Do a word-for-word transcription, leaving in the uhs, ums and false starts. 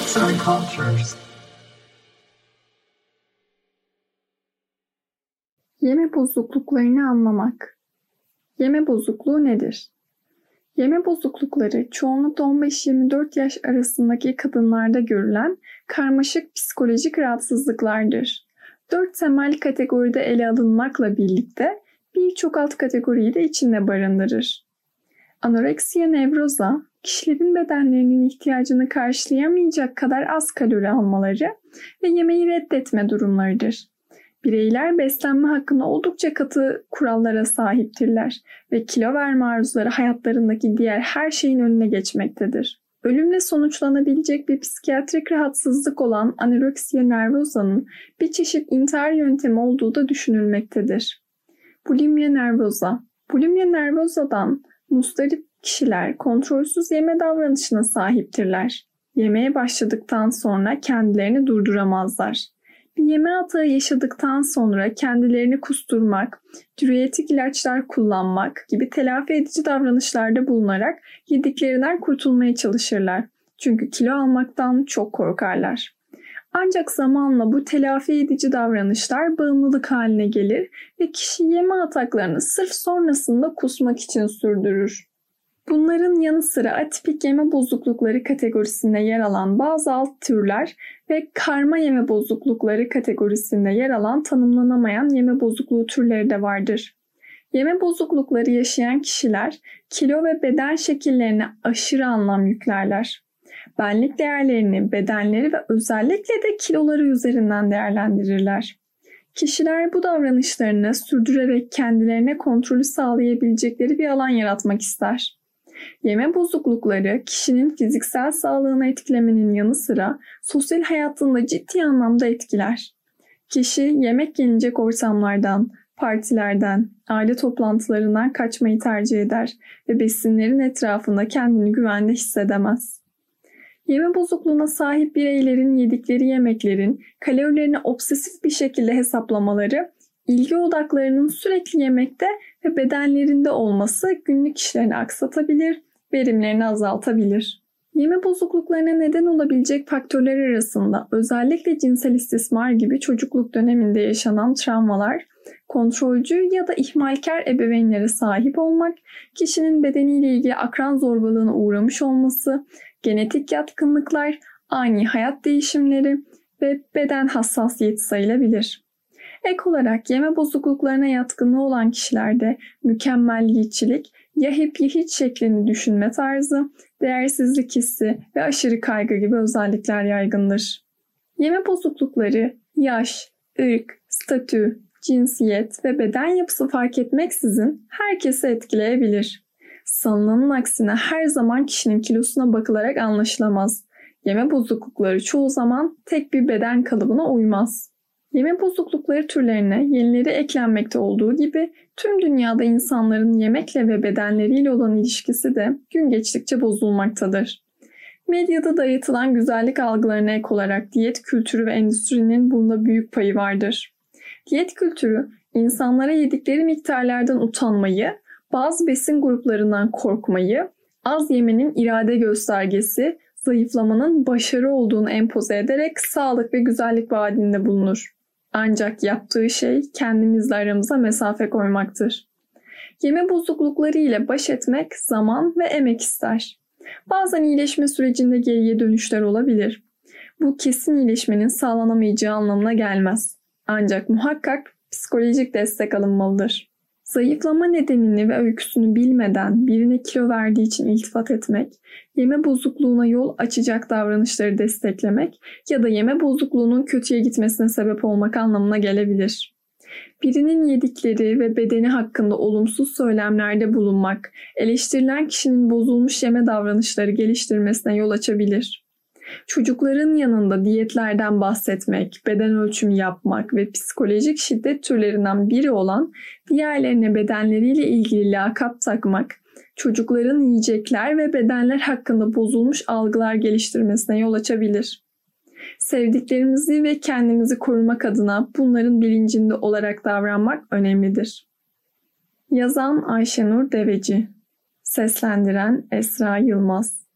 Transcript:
Arts and Cultures. Yeme bozukluklarını anlamak. Yeme bozukluğu nedir? Yeme bozuklukları çoğunlukla on beş yirmi dört yaş arasındaki kadınlarda görülen karmaşık psikolojik rahatsızlıklardır. Dört temel kategoride ele alınmakla birlikte birçok alt kategoriyi de içinde barındırır. Anoreksiya nevroza, kişilerin bedenlerinin ihtiyacını karşılayamayacak kadar az kalori almaları ve yemeği reddetme durumlarıdır. Bireyler beslenme hakkında oldukça katı kurallara sahiptirler ve kilo verme arzuları hayatlarındaki diğer her şeyin önüne geçmektedir. Ölümle sonuçlanabilecek bir psikiyatrik rahatsızlık olan anoreksiya nervozanın bir çeşit intihar yöntemi olduğu da düşünülmektedir. Bulimia nervoza. Bulimia nervozadan muzdarip kişiler kontrolsüz yeme davranışına sahiptirler. Yemeye başladıktan sonra kendilerini durduramazlar. Bir yeme atağı yaşadıktan sonra kendilerini kusturmak, diüretik ilaçlar kullanmak gibi telafi edici davranışlarda bulunarak yediklerinden kurtulmaya çalışırlar. Çünkü kilo almaktan çok korkarlar. Ancak zamanla bu telafi edici davranışlar bağımlılık haline gelir ve kişi yeme ataklarını sırf sonrasında kusmak için sürdürür. Bunların yanı sıra atipik yeme bozuklukları kategorisinde yer alan bazı alt türler ve karma yeme bozuklukları kategorisinde yer alan tanımlanamayan yeme bozukluğu türleri de vardır. Yeme bozuklukları yaşayan kişiler kilo ve beden şekillerine aşırı anlam yüklerler. Benlik değerlerini, bedenleri ve özellikle de kiloları üzerinden değerlendirirler. Kişiler bu davranışlarını sürdürerek kendilerine kontrolü sağlayabilecekleri bir alan yaratmak ister. Yeme bozuklukları kişinin fiziksel sağlığını etkilemenin yanı sıra sosyal hayatını da ciddi anlamda etkiler. Kişi yemek yenilecek ortamlardan, partilerden, aile toplantılarından kaçmayı tercih eder ve besinlerin etrafında kendini güvende hissedemez. Yeme bozukluğuna sahip bireylerin yedikleri yemeklerin kalorilerini obsesif bir şekilde hesaplamaları, ilgi odaklarının sürekli yemekte ve bedenlerinde olması günlük işlerini aksatabilir, verimlerini azaltabilir. Yeme bozukluklarına neden olabilecek faktörler arasında özellikle cinsel istismar gibi çocukluk döneminde yaşanan travmalar, kontrolcü ya da ihmalkar ebeveynlere sahip olmak, kişinin bedeniyle ilgili akran zorbalığına uğramış olması, genetik yatkınlıklar, ani hayat değişimleri ve beden hassasiyeti sayılabilir. Ek olarak yeme bozukluklarına yatkınlığı olan kişilerde mükemmelliyetçilik, ya hep ya hiç şeklini düşünme tarzı, değersizlik hissi ve aşırı kaygı gibi özellikler yaygındır. Yeme bozuklukları yaş, ırk, statü, cinsiyet ve beden yapısı fark etmeksizin herkesi etkileyebilir. Sanılanın aksine her zaman kişinin kilosuna bakılarak anlaşılamaz. Yeme bozuklukları çoğu zaman tek bir beden kalıbına uymaz. Yeme bozuklukları türlerine yenileri eklenmekte olduğu gibi tüm dünyada insanların yemekle ve bedenleriyle olan ilişkisi de gün geçtikçe bozulmaktadır. Medyada dayatılan güzellik algılarına ek olarak diyet kültürü ve endüstrinin bunda büyük payı vardır. Diyet kültürü insanlara yedikleri miktarlardan utanmayı, bazı besin gruplarından korkmayı, az yemenin irade göstergesi, zayıflamanın başarı olduğunu empoze ederek sağlık ve güzellik vaadinde bulunur. Ancak yaptığı şey kendimizle aramıza mesafe koymaktır. Yeme bozuklukları ile baş etmek zaman ve emek ister. Bazen iyileşme sürecinde geriye dönüşler olabilir. Bu kesin iyileşmenin sağlanamayacağı anlamına gelmez. Ancak muhakkak psikolojik destek alınmalıdır. Zayıflama nedenini ve öyküsünü bilmeden birine kilo verdiği için iltifat etmek, yeme bozukluğuna yol açacak davranışları desteklemek ya da yeme bozukluğunun kötüye gitmesine sebep olmak anlamına gelebilir. Birinin yedikleri ve bedeni hakkında olumsuz söylemlerde bulunmak, eleştirilen kişinin bozulmuş yeme davranışları geliştirmesine yol açabilir. Çocukların yanında diyetlerden bahsetmek, beden ölçümü yapmak ve psikolojik şiddet türlerinden biri olan diğerlerine bedenleriyle ilgili lakap takmak, çocukların yiyecekler ve bedenler hakkında bozulmuş algılar geliştirmesine yol açabilir. Sevdiklerimizi ve kendimizi korumak adına bunların bilincinde olarak davranmak önemlidir. Yazan Ayşenur Deveci, seslendiren Esra Yılmaz.